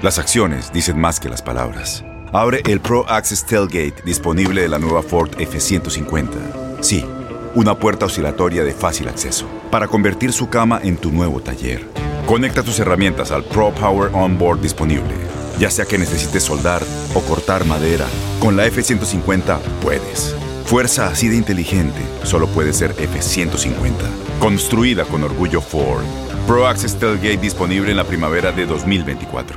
Las acciones dicen más que las palabras. Abre el Pro Access Tailgate disponible de la nueva Ford F-150. Sí, una puerta oscilatoria de fácil acceso para convertir su cama en tu nuevo taller. Conecta tus herramientas al Pro Power Onboard disponible. Ya sea que necesites soldar o cortar madera, con la F-150 puedes. Fuerza así de inteligente solo puede ser F-150. Construida con orgullo Ford. Pro Access Tailgate disponible en la primavera de 2024.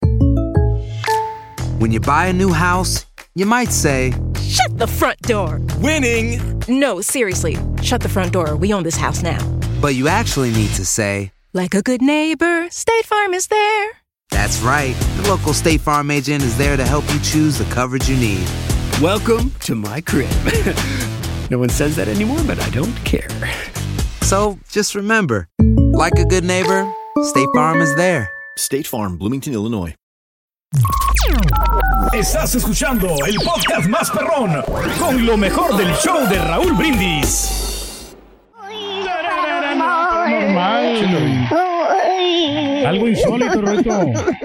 When you buy a new house, you might say, "Shut the front door." Winning! No, seriously. Shut the front door. We own this house now. but you actually need to say, Like a good neighbor, State Farm is there. that's right. The local State Farm agent is there to help you choose the coverage you need. Welcome to my crib. No one says that anymore, but I don't care. So just remember, like a good neighbor, State Farm is there. State Farm, Bloomington, Illinois. Estás escuchando el podcast más perrón con lo mejor del show de Raúl Brindis. Algo insólito, Roito.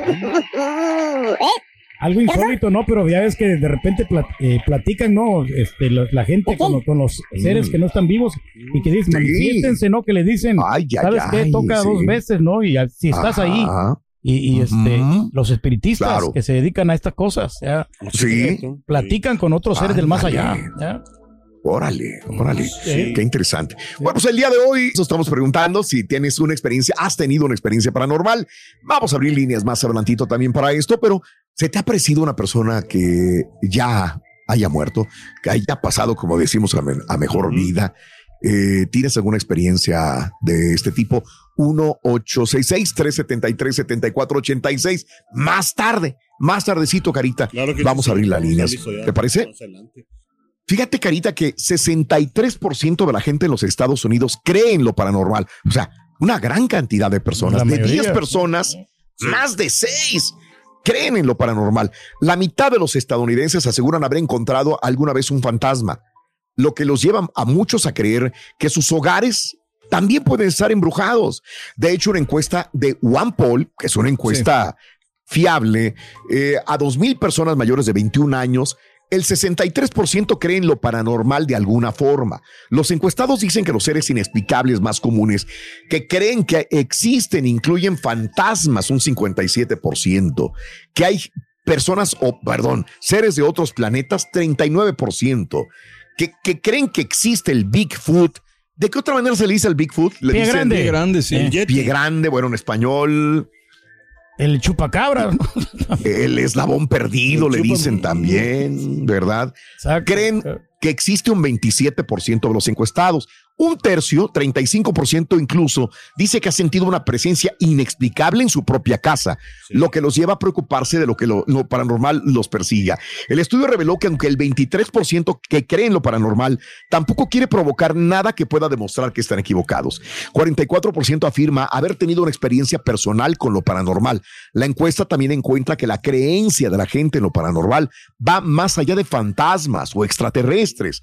Algo insólito, ¿no? Pero ya ves que de repente platican, ¿no? La gente con los seres que no están vivos y que dicen, manifiéstense, ¿no? Que le dicen, ¿sabes qué? Toca dos veces, ¿no? Y si estás ahí. Y los espiritistas que se dedican a estas cosas, ¿ya? Platican con otros seres del más allá, ¿ya? Órale. Qué interesante. Bueno, pues el día de hoy nos estamos preguntando si tienes una experiencia, has tenido una experiencia paranormal. Vamos a abrir líneas más adelantito también para esto, pero ¿se te ha parecido una persona que ya haya muerto, que haya pasado, como decimos, a mejor vida? ¿Tienes alguna experiencia de este tipo? 1-866-373-7486. Más tardecito, Carita, claro que vamos a abrir las líneas. ¿Te parece? Fíjate, Carita, que 63% de la gente en los Estados Unidos cree en lo paranormal. O sea, una gran cantidad de personas. De 10 personas, más de 6 creen en lo paranormal. La mitad de los estadounidenses aseguran haber encontrado alguna vez un fantasma, lo que los lleva a muchos a creer que sus hogares también pueden estar embrujados. De hecho, una encuesta de OnePoll, que es una encuesta fiable, a 2,000 personas mayores de 21 años, el 63% creen lo paranormal de alguna forma. Los encuestados dicen que los seres inexplicables más comunes que creen que existen incluyen fantasmas, un 57%, que hay seres de otros planetas, 39%, que creen que existe el Bigfoot. ¿De qué otra manera se le dice al Bigfoot? Pie grande, sí. Pie grande, bueno, en español. El chupacabra, ¿no? El eslabón perdido, le dicen también, ¿verdad? Exacto. Creen que existe un 27% de los encuestados. Un tercio, 35% incluso, dice que ha sentido una presencia inexplicable en su propia casa, lo que los lleva a preocuparse de lo que lo paranormal los persiga. El estudio reveló que aunque el 23% que cree en lo paranormal tampoco quiere provocar nada que pueda demostrar que están equivocados. 44% afirma haber tenido una experiencia personal con lo paranormal. La encuesta también encuentra que la creencia de la gente en lo paranormal va más allá de fantasmas o extraterrestres.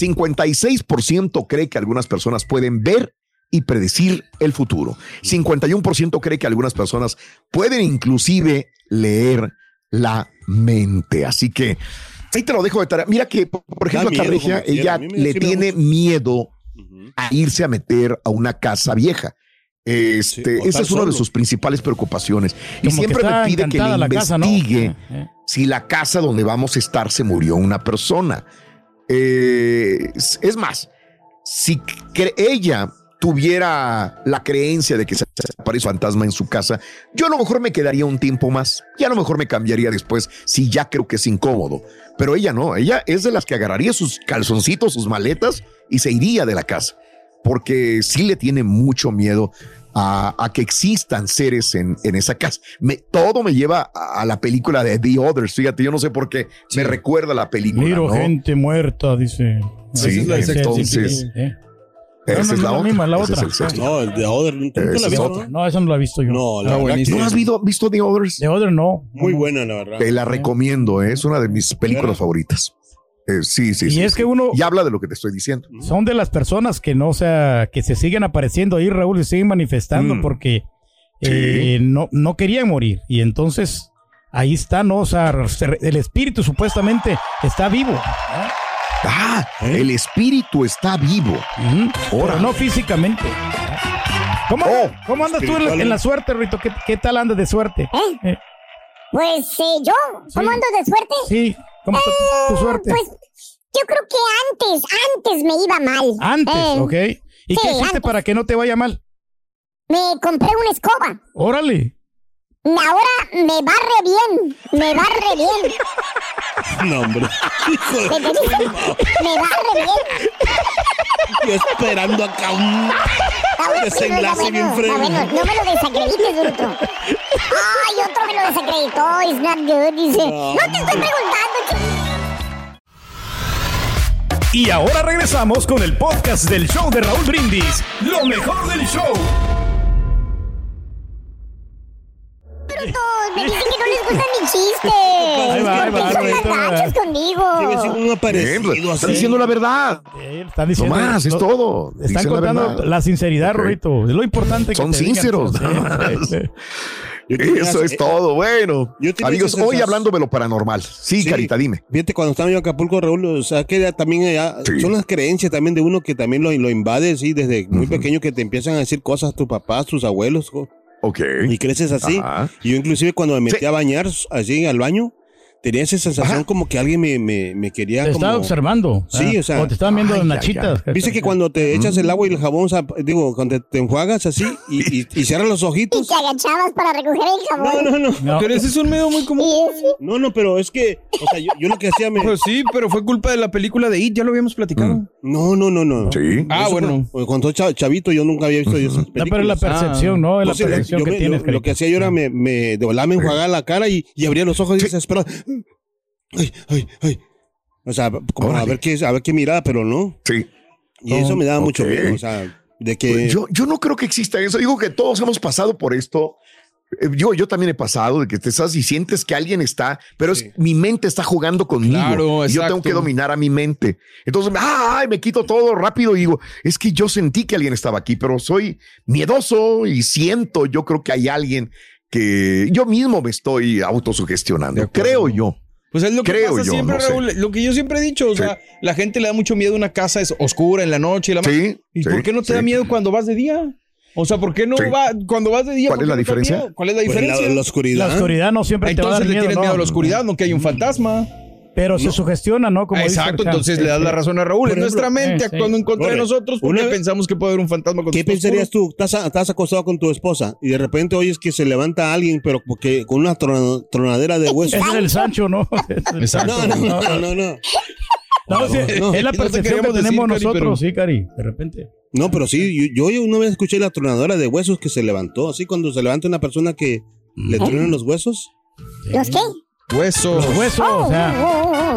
56% cree que algunas personas pueden ver y predecir el futuro. 51% cree que algunas personas pueden inclusive leer la mente. Así que ahí te lo dejo de tarea. Mira que, por ejemplo, a Regia, ella le tiene miedo a irse a meter a una casa vieja. Esa es una de sus principales preocupaciones. Y siempre me pide que le investigue si la casa donde vamos a estar se murió una persona. Es más, si ella tuviera la creencia de que se aparece un fantasma en su casa, yo a lo mejor me quedaría un tiempo más y a lo mejor me cambiaría después si ya creo que es incómodo. Pero ella no, ella es de las que agarraría sus calzoncitos, sus maletas y se iría de la casa, porque sí le tiene mucho miedo a que existan seres en esa casa. Todo me lleva a la película de The Others. Fíjate, yo no sé por qué me recuerda la película. Miro gente muerta, dice. Sí, entonces. Esa es la misma, la otra. No, el The Other nunca la he visto. No, esa no la he visto yo. No, la verdad. ¿No has visto The Others? The Other no. Muy buena, la verdad. Te la recomiendo, es una de mis películas favoritas. Sí. Y es que uno. Y habla de lo que te estoy diciendo. Son de las personas que no, o sea, que se siguen apareciendo ahí, Raúl, se siguen manifestando porque no querían morir. Y entonces ahí está, ¿no? O sea, el espíritu supuestamente está vivo. El espíritu está vivo. Pero no físicamente. ¿Cómo andas tú en la suerte, Rito? ¿Qué tal andas de suerte? Pues ¿yo? ¿Cómo ando de suerte? Sí, ¿cómo está tu suerte? Pues yo creo que antes me iba mal. Antes, ok. ¿Y qué hiciste para que no te vaya mal? Me compré una escoba. ¡Órale! Ahora me barre bien. No, hombre. Me barre bien. Yo esperando acá un desenlace bien frío. Bueno, no me lo desacredites, bruto. Ay, otro me lo desacreditó. It's not good, dice. No te estoy preguntando, Y ahora regresamos con el podcast del show de Raúl Brindis. Lo mejor del show. Brutos, me dicen que no les gustan mis chistes. ¿Por qué son tan gachos conmigo? Están diciendo la verdad. Están diciendo, no más, es todo. Están contando la sinceridad, Rorrito. Es lo importante que son sinceros. Eso es todo. Bueno, amigos, hoy hablando de lo paranormal. Sí, Carita, dime. Fíjate, cuando estaba en Acapulco, Raúl, o sea, que también son las creencias también de uno que también lo invade, sí, desde muy pequeño, que te empiezan a decir cosas a tus papás, tus abuelos. Y creces así. Ajá. Y yo inclusive cuando me metí a bañar así al baño, tenía esa sensación como que alguien me quería. Te estaba observando. Sí, o sea. O te estaban viendo las nachitas. Viste que cuando te echas el agua y el jabón, o sea, cuando te enjuagas así y cierras los ojitos. Y te agachabas para recoger el jabón. No. Pero ese es un medio muy común. No, pero es que, o sea, yo lo que hacía Pues sí, pero fue culpa de la película de It, ya lo habíamos platicado. No. Sí. Bueno. Cuando soy chavito yo nunca había visto esas películas. No, pero es la percepción, ¿no? Es la percepción que tienes. Lo que hacía yo era me enjuagaba la cara y abría los ojos y desesperado. Ay. O sea, como a ver qué mirada, pero no. Sí. Y eso me daba mucho miedo, o sea, de que... Yo no creo que exista eso. Digo que todos hemos pasado por esto. Yo también he pasado de que te estás y sientes que alguien está, pero mi mente está jugando conmigo. Claro, y yo tengo que dominar a mi mente. Entonces, me quito todo rápido y digo, es que yo sentí que alguien estaba aquí, pero soy miedoso y yo creo que hay alguien que yo mismo me estoy autosugestionando. Creo yo. Pues es lo que pasa siempre, Raúl. Lo que yo siempre he dicho, o sea, la gente le da mucho miedo a una casa es oscura en la noche. ¿Y por qué no te da miedo cuando vas de día? O sea, ¿por qué no cuando vas de día? ¿Cuál es la diferencia? ¿Cuál es la diferencia? La oscuridad. La oscuridad no siempre te va a dar miedo. Entonces le tienes miedo a la oscuridad, no que hay un fantasma. Pero se sugestiona, ¿no? Como exacto, entonces le das la razón a Raúl. Es nuestra mente actuando en contra de nosotros porque pensamos que puede haber un fantasma. ¿Qué pensarías tú? Estás acostado con tu esposa y de repente oyes que se levanta alguien, pero porque con una tronadera de huesos. Ese es el Sancho, ¿no? Exacto. No, es la percepción que tenemos nosotros, sí, Cari, de repente. No, pero sí, yo una vez escuché la tronadora de huesos que se levantó, así cuando se levanta una persona que le truenan los huesos. ¿Los qué? Huesos. Los huesos, o sea.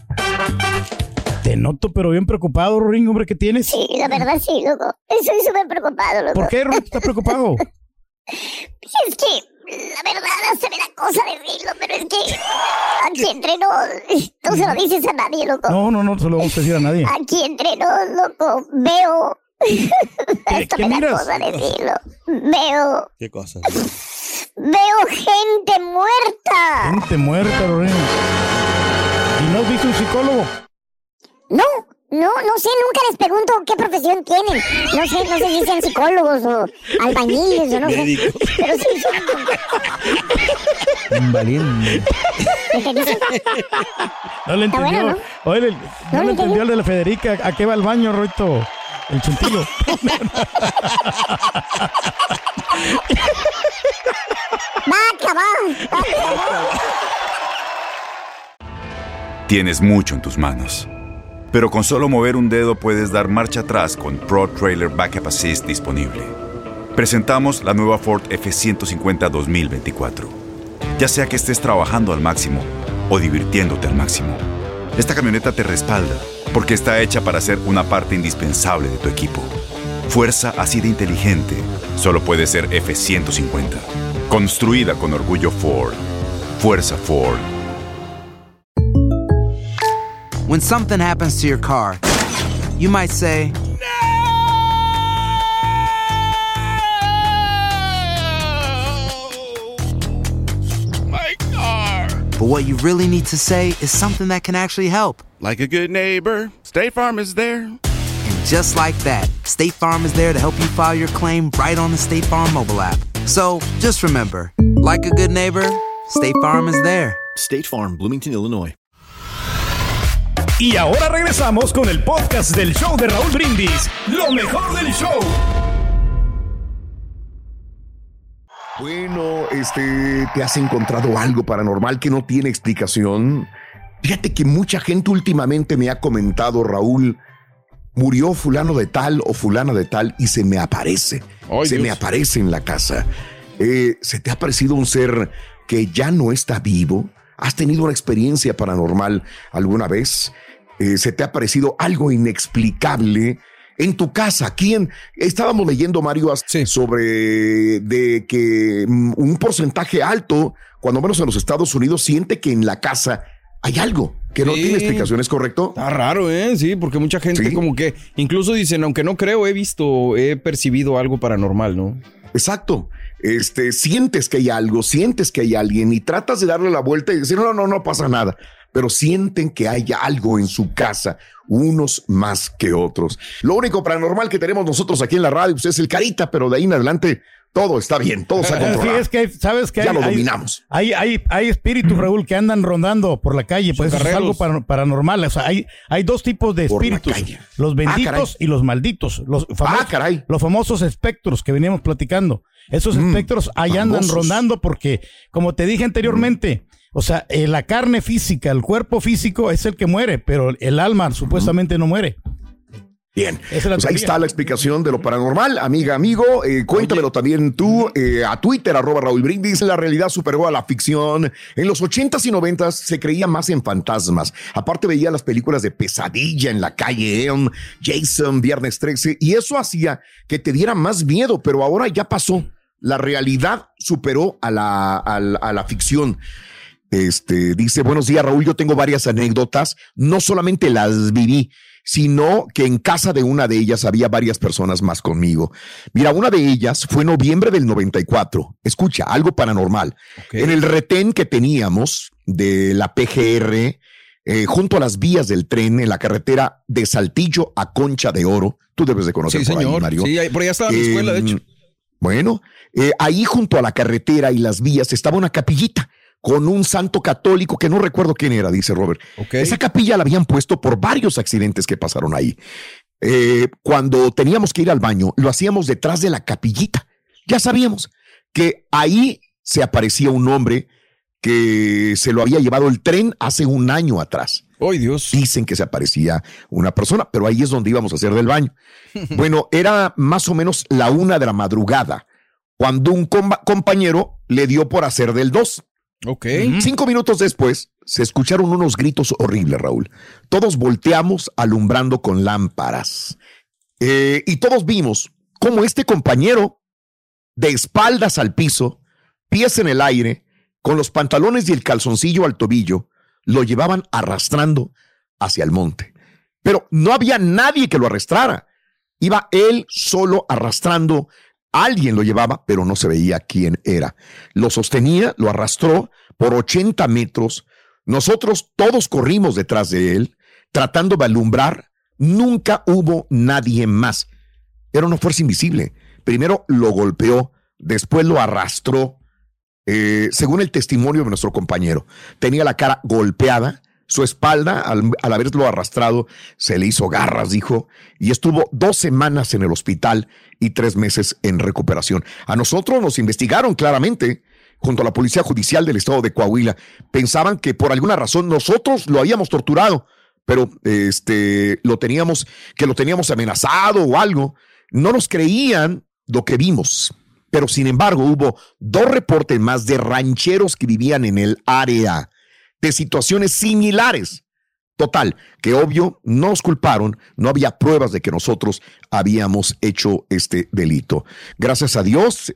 Te noto, pero bien preocupado, Rorín, hombre, ¿qué tienes? Sí, la verdad sí, loco. Estoy súper preocupado, loco. ¿Por qué, Rorín, estás preocupado? Es que, la verdad, se me da cosa decirlo, pero es que aquí entre no se lo dices a nadie, loco. No se lo vamos a decir a nadie. Aquí entre loco, veo... Esto ¿Qué me miras? da cosa decirlo. Veo... ¿Qué cosa? Veo gente muerta. Gente muerta, Rorín. ¿Y no has visto un psicólogo? No sé, nunca les pregunto qué profesión tienen. No sé si sean psicólogos o albañiles o no sé. Pero sí son... Un valiente. No le entendió. Bueno, ¿no? Oye, no le entendió el de la Federica. ¿A qué va el baño, Roito? El chuntilo. Va. Tienes mucho en tus manos, pero con solo mover un dedo puedes dar marcha atrás con Pro Trailer Backup Assist disponible. Presentamos la nueva Ford F-150 2024. Ya sea que estés trabajando al máximo o divirtiéndote al máximo, esta camioneta te respalda porque está hecha para ser una parte indispensable de tu equipo. Fuerza así de inteligente solo puede ser F-150. Construida con orgullo Ford. Fuerza Ford. When something happens to your car, you might say, My car! But what you really need to say is something that can actually help. Like a good neighbor, State Farm is there. And just like that, State Farm is there to help you file your claim right on the State Farm mobile app. So just remember, like a good neighbor, State Farm is there. State Farm, Bloomington, Illinois. Y ahora regresamos con el podcast del show de Raúl Brindis, lo mejor del show. Bueno, ¿te has encontrado algo paranormal que no tiene explicación? Fíjate que mucha gente últimamente me ha comentado, Raúl, murió fulano de tal o fulana de tal y se me aparece. Me aparece en la casa. ¿Se te ha parecido un ser que ya no está vivo? ¿Has tenido una experiencia paranormal alguna vez? ¿Se te ha parecido algo inexplicable en tu casa? Estábamos leyendo, Mario, sobre de que un porcentaje alto, cuando menos en los Estados Unidos, siente que en la casa hay algo que no tiene explicación, ¿es correcto? Está raro, sí, porque mucha gente como que incluso dicen, aunque no creo, he percibido algo paranormal, ¿no? Exacto. Sientes que hay algo, sientes que hay alguien y tratas de darle la vuelta y decir, no pasa nada. Pero sienten que hay algo en su casa, unos más que otros. Lo único paranormal que tenemos nosotros aquí en la radio pues, es el Carita, pero de ahí en adelante todo está bien, todo se ha controlado. Sí, es que sabes que ya lo dominamos. Hay espíritus, Raúl, que andan rondando por la calle, pues eso es algo paranormal. O sea, hay dos tipos de espíritus, los benditos y los malditos, los famosos espectros que veníamos platicando. Esos espectros ahí andan rondando porque, como te dije anteriormente, o sea, la carne física, el cuerpo físico es el que muere, pero el alma supuestamente no muere. Bien, pues ahí está la explicación de lo paranormal, amiga, amigo, cuéntamelo también tú, a Twitter, @Raúl Brindis. La realidad superó a la ficción. En los 80s y 90s se creía más en fantasmas. Aparte veía las películas de Pesadilla en la calle Elm, Jason, Viernes 13, y eso hacía que te diera más miedo, pero ahora ya pasó. La realidad superó a la ficción. Dice, buenos días, Raúl, yo tengo varias anécdotas, no solamente las viví, sino que en casa de una de ellas había varias personas más conmigo. Mira, una de ellas fue en noviembre del 94. Escucha, algo paranormal. Okay. En el retén que teníamos de la PGR, junto a las vías del tren, en la carretera de Saltillo a Concha de Oro, tú debes de conocer por ahí, Mario. Sí, por allá estaba mi escuela, de hecho. Bueno, ahí junto a la carretera y las vías estaba una capillita con un santo católico que no recuerdo quién era, dice Robert. Okay. Esa capilla la habían puesto por varios accidentes que pasaron ahí. Cuando teníamos que ir al baño, lo hacíamos detrás de la capillita. Ya sabíamos que ahí se aparecía un hombre que se lo había llevado el tren hace un año atrás. ¡Ay, Dios! Dicen que se aparecía una persona, pero ahí es donde íbamos a hacer del baño. Bueno, era más o menos la 1 de la madrugada, cuando un compañero le dio por hacer del 2. Ok. 5 minutos después, se escucharon unos gritos horribles, Raúl. Todos volteamos alumbrando con lámparas. Y todos vimos cómo este compañero, de espaldas al piso, pies en el aire, con los pantalones y el calzoncillo al tobillo, lo llevaban arrastrando hacia el monte. Pero no había nadie que lo arrastrara. Iba él solo arrastrando. Alguien lo llevaba, pero no se veía quién era. Lo sostenía, lo arrastró por 80 metros. Nosotros todos corrimos detrás de él, tratando de alumbrar. Nunca hubo nadie más. Era una fuerza invisible. Primero lo golpeó, después lo arrastró. Según el testimonio de nuestro compañero, tenía la cara golpeada, su espalda, al haberlo arrastrado, se le hizo garras, dijo, y estuvo 2 semanas en el hospital y 3 meses en recuperación. A nosotros nos investigaron claramente junto a la Policía Judicial del Estado de Coahuila. Pensaban que por alguna razón nosotros lo habíamos torturado, pero lo teníamos amenazado o algo. No nos creían lo que vimos. Pero sin embargo hubo 2 reportes más de rancheros que vivían en el área de situaciones similares. Total, que obvio no nos culparon, no había pruebas de que nosotros habíamos hecho este delito. Gracias a Dios,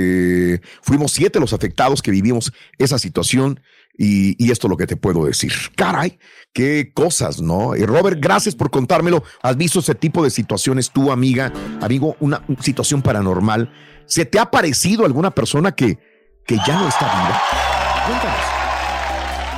fuimos 7 los afectados que vivimos esa situación y esto es lo que te puedo decir. Caray, qué cosas, ¿no? Robert, gracias por contármelo. ¿Has visto ese tipo de situaciones tú, amiga, amigo, una situación paranormal? ¿Se te ha parecido alguna persona que ya no está viva? Cuéntanos.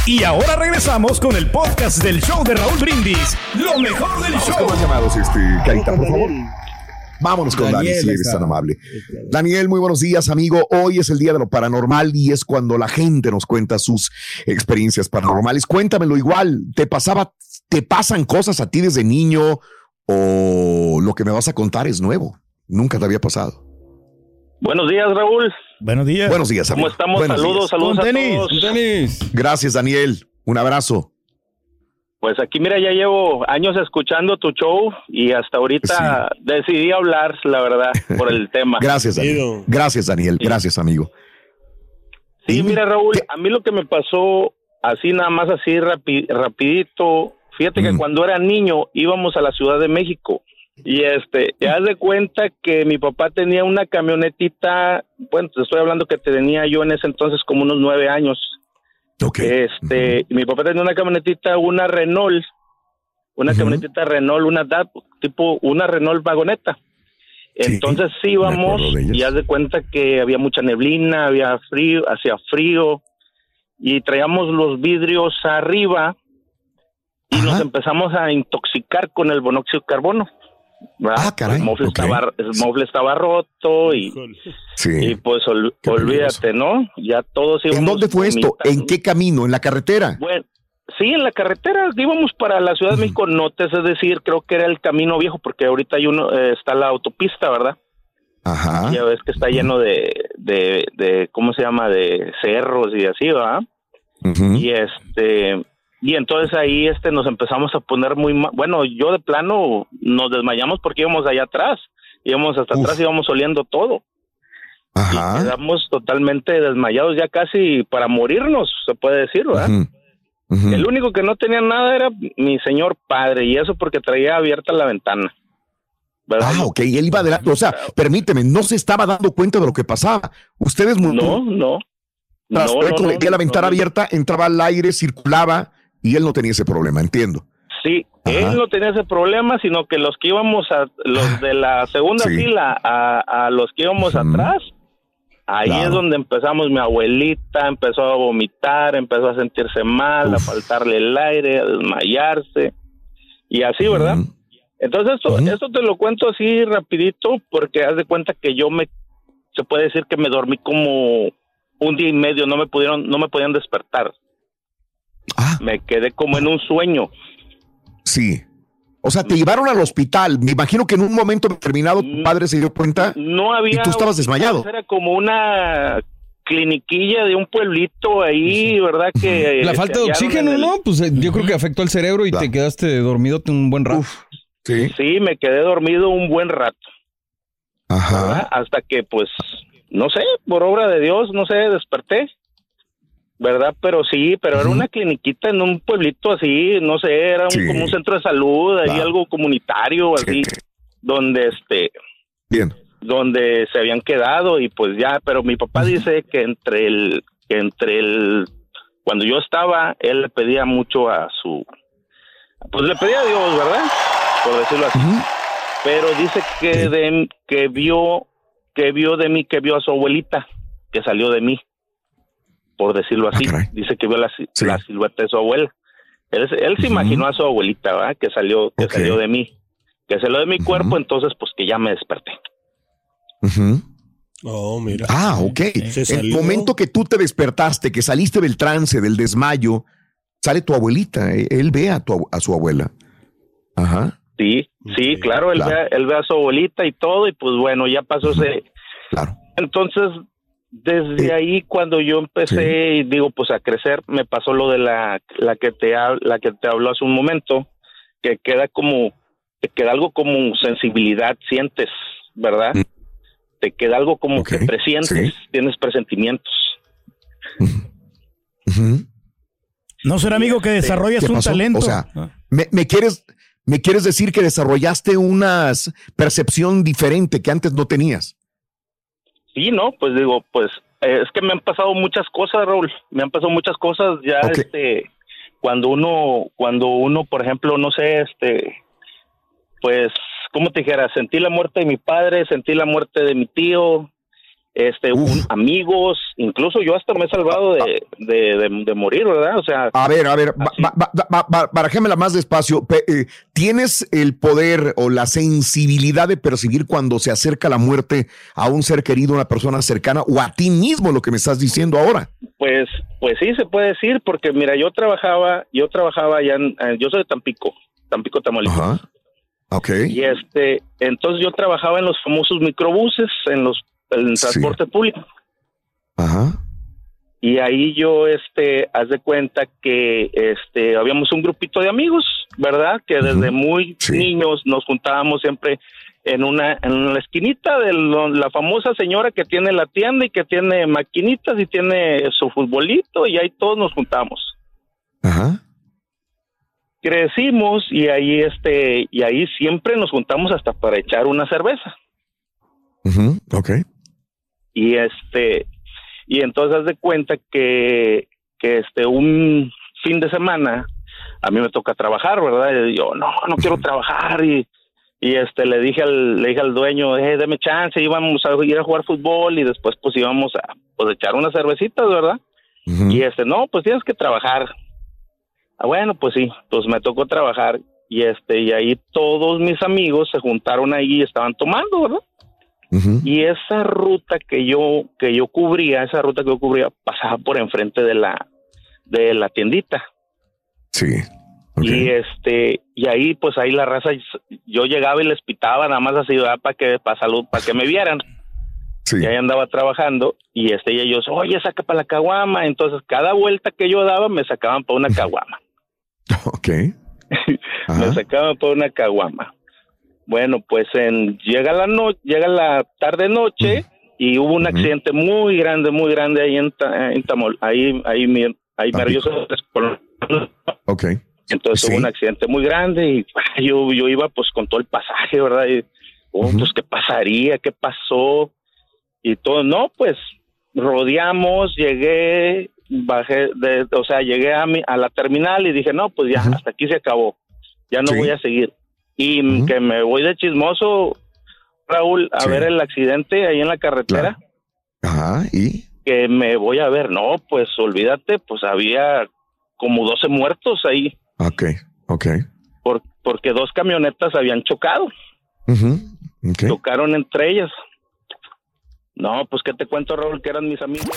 Y ahora regresamos con el podcast del show de Raúl Brindis. Lo mejor del show. ¿Cómo has llamado, Carita, por favor? Vámonos con Dani, si eres tan amable. Daniel, muy buenos días, amigo. Hoy es el día de lo paranormal y es cuando la gente nos cuenta sus experiencias paranormales. Cuéntamelo igual. ¿Te pasan cosas a ti desde niño o lo que me vas a contar es nuevo? Nunca te había pasado. Buenos días, Raúl. Buenos días. Buenos días, amigo. ¿Cómo estamos? Buenos saludos días. A todos. Tenis. Gracias, Daniel. Un abrazo. Pues aquí, mira, ya llevo años escuchando tu show y hasta ahorita decidí hablar, la verdad, por el tema. Gracias, Daniel. Gracias, Daniel. Gracias, amigo. Sí, mira, Raúl, a mí lo que me pasó así, nada más así rapidito, fíjate que cuando era niño íbamos a la Ciudad de México y te das de cuenta que mi papá tenía una camionetita, bueno, te estoy hablando que tenía yo en ese entonces como unos 9 años. Okay. Mi papá tenía una camionetita, una Renault, camionetita Renault, una DAP, tipo una Renault vagoneta. Entonces íbamos y haz de cuenta que había mucha neblina, había frío, hacía frío y traíamos los vidrios arriba y nos empezamos a intoxicar con el monóxido de carbono. Caray. El mofle estaba roto y pues olvídate, ¿no? Ya todos íbamos. ¿En dónde fue esto? ¿En qué camino? ¿En la carretera? Bueno, sí, en la carretera. Íbamos para la Ciudad de México, no te sé decir, creo que era el camino viejo, porque ahorita hay está la autopista, ¿verdad? Ajá. Ya ves que está lleno de ¿cómo se llama? De cerros y así, ¿verdad? Y entonces ahí nos empezamos a poner muy mal. Bueno, yo de plano nos desmayamos porque íbamos allá atrás. Íbamos hasta atrás, íbamos oliendo todo. Ajá. Y quedamos totalmente desmayados, ya casi para morirnos, se puede decir, ¿verdad? El único que no tenía nada era mi señor padre, y eso porque traía abierta la ventana, ¿verdad? Ok, él iba adelante. O sea, permíteme, no se estaba dando cuenta de lo que pasaba. Ustedes No. Tenía la ventana abierta, entraba al aire, circulaba. Y él no tenía ese problema, entiendo. Sí, él no tenía ese problema, sino que los que íbamos los de la segunda fila a los que íbamos atrás, ahí es donde empezamos. Mi abuelita empezó a vomitar, empezó a sentirse mal, a faltarle el aire, a desmayarse, y así, ¿verdad? Entonces esto te lo cuento así rapidito, porque haz de cuenta que se puede decir que me dormí como un día y medio, no me podían despertar. Me quedé como en un sueño. Sí. O sea, te llevaron al hospital. Me imagino que en un momento determinado tu padre se dio cuenta. No había. Y tú estabas desmayado. Era como una cliniquilla de un pueblito ahí, ¿verdad? Que la falta de oxígeno, ¿no? Pues yo creo que afectó al cerebro y te quedaste dormido un buen rato. Sí, me quedé dormido un buen rato. Ajá. ¿Verdad? Hasta que, pues, no sé, por obra de Dios, no sé, desperté. ¿Verdad? Pero era una cliniquita en un pueblito así, no sé, era como un centro de salud, ahí algo comunitario, así, donde donde se habían quedado y pues ya, pero mi papá dice que cuando yo estaba, él le pedía mucho le pedía a Dios, ¿verdad? Por decirlo así. Pero dice que vio a su abuelita, que salió de mí, por decirlo así. Dice que vio la silueta de su abuela. Él se imaginó a su abuelita, ¿verdad? Que salió de mí, que salió de mi cuerpo, entonces pues que ya me desperté. Oh, mira. Ok. El momento que tú te despertaste, que saliste del trance, del desmayo, sale tu abuelita. Él ve a su abuela. Ajá. Sí, claro, él ve a su abuelita y todo, y pues bueno, ya pasó ese. Claro. Entonces, desde ahí, cuando yo empecé, pues a crecer, me pasó lo de la que te habló hace un momento, que queda algo como sensibilidad, sientes, ¿verdad? Te queda algo como que presientes, tienes presentimientos. No será, amigo, que desarrollas un talento. O sea, ¿me quieres decir que desarrollaste una percepción diferente que antes no tenías? Sí, no, pues es que me han pasado muchas cosas, Raúl. Me han pasado muchas cosas ya, cuando uno, por ejemplo, no sé, pues, ¿cómo te dijera? Sentí la muerte de mi padre, sentí la muerte de mi tío, amigos, incluso yo hasta me he salvado de morir, ¿verdad? O sea... A ver, barajémela más despacio. ¿Tienes el poder o la sensibilidad de percibir cuando se acerca la muerte a un ser querido, una persona cercana, o a ti mismo, lo que me estás diciendo ahora? Pues sí, se puede decir, porque mira, yo trabajaba allá yo soy de Tampico, Tamaulipas. Ajá. Okay. Y entonces yo trabajaba en los famosos microbuses, en el transporte público. Ajá. Y ahí yo, haz de cuenta que, habíamos un grupito de amigos, ¿verdad? Que desde muy niños nos juntábamos siempre en la esquinita de la famosa señora que tiene la tienda y que tiene maquinitas y tiene su futbolito, y ahí todos nos juntamos. Ajá. Crecimos y ahí siempre nos juntamos hasta para echar una cerveza. Okay. Y entonces haz de cuenta que un fin de semana a mí me toca trabajar, ¿verdad? Y yo no quiero trabajar y le dije al dueño, deme chance, íbamos a ir a jugar fútbol y después pues íbamos a echar unas cervecitas, ¿verdad? Y no, pues tienes que trabajar. Bueno, pues sí, pues me tocó trabajar y ahí todos mis amigos se juntaron ahí y estaban tomando, ¿verdad? Y esa ruta que yo cubría pasaba por enfrente de la tiendita. Sí. Okay. Y ahí pues ahí la raza, yo llegaba y les pitaba nada más así, ¿verdad? para que me vieran. Sí. Y ahí andaba trabajando y ellos, oye, saca para la caguama. Entonces cada vuelta que yo daba me sacaban para una caguama. Okay. Me sacaban para una caguama. Bueno, pues llega la tarde noche y hubo un accidente muy grande ahí en Tamol, ahí Okay. Entonces hubo un accidente muy grande y yo iba pues con todo el pasaje, ¿verdad? Y pues qué pasaría, qué pasó y todo. No, pues rodeamos, llegué llegué a la terminal y dije, no, pues ya, hasta aquí se acabó, ya no voy a seguir. Y que me voy de chismoso, Raúl, a ver el accidente ahí en la carretera. Ajá, ¿y? Que me voy a ver, no, pues olvídate, pues había como 12 muertos ahí. Okay. Porque 2 camionetas habían chocado. Okay. Chocaron entre ellas. No, pues qué te cuento, Raúl, que eran mis amigos.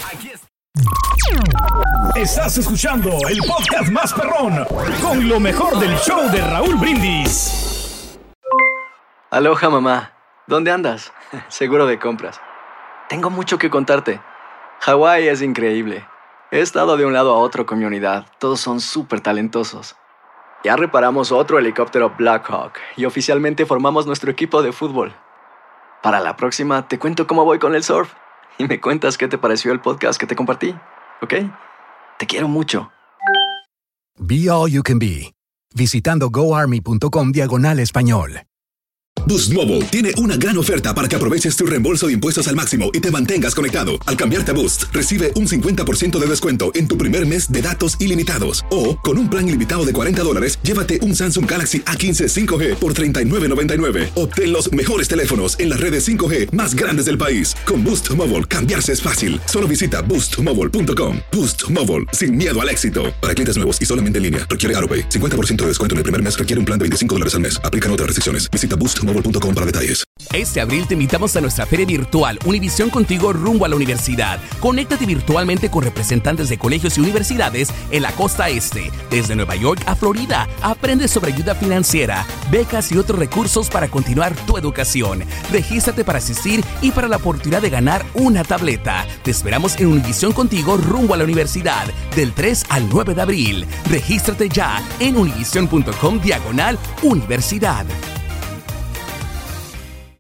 Estás escuchando el podcast más perrón con lo mejor del show de Raúl Brindis. Aloha, mamá. ¿Dónde andas? Seguro de compras. Tengo mucho que contarte. Hawái es increíble. He estado de un lado a otro con mi unidad. Todos son súper talentosos. Ya reparamos otro helicóptero Blackhawk y oficialmente formamos nuestro equipo de fútbol. Para la próxima te cuento cómo voy con el surf y me cuentas qué te pareció el podcast que te compartí, ¿ok? Te quiero mucho. Be All You Can Be, visitando goarmy.com/español. Boost Mobile tiene una gran oferta para que aproveches tu reembolso de impuestos al máximo y te mantengas conectado. Al cambiarte a Boost, recibe un 50% de descuento en tu primer mes de datos ilimitados. O, con un plan ilimitado de $40, llévate un Samsung Galaxy A15 5G por $39.99. Obtén los mejores teléfonos en las redes 5G más grandes del país. Con Boost Mobile, cambiarse es fácil. Solo visita boostmobile.com. Boost Mobile, sin miedo al éxito. Para clientes nuevos y solamente en línea, requiere AutoPay. 50% de descuento en el primer mes requiere un plan de $25 al mes. Aplican otras restricciones. Visita boostmobile.com para detalles. Este abril te invitamos a nuestra feria virtual Univisión Contigo rumbo a la universidad. Conéctate virtualmente con representantes de colegios y universidades en la costa este, desde Nueva York a Florida. Aprende sobre ayuda financiera, becas y otros recursos para continuar tu educación. Regístrate para asistir y para la oportunidad de ganar una tableta. Te esperamos en Univisión Contigo rumbo a la universidad del 3 al 9 de abril. Regístrate ya en univision.com/universidad.